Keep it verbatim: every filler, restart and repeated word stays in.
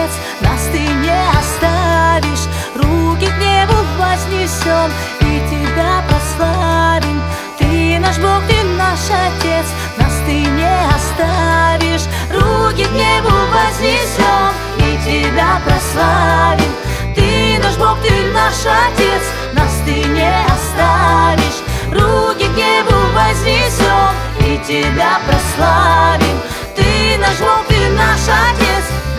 Отец, нас Ты не оставишь. Руки к небу вознесем и Тебя прославим. Ты наш Бог, Ты наш Отец, нас Ты не оставишь. Руки к небу вознесем и Тебя прославим. Ты наш Бог, Ты наш Отец, нас Ты не оставишь. Руки к небу вознесем и Тебя прославим. Ты наш Бог, Ты наш Отец,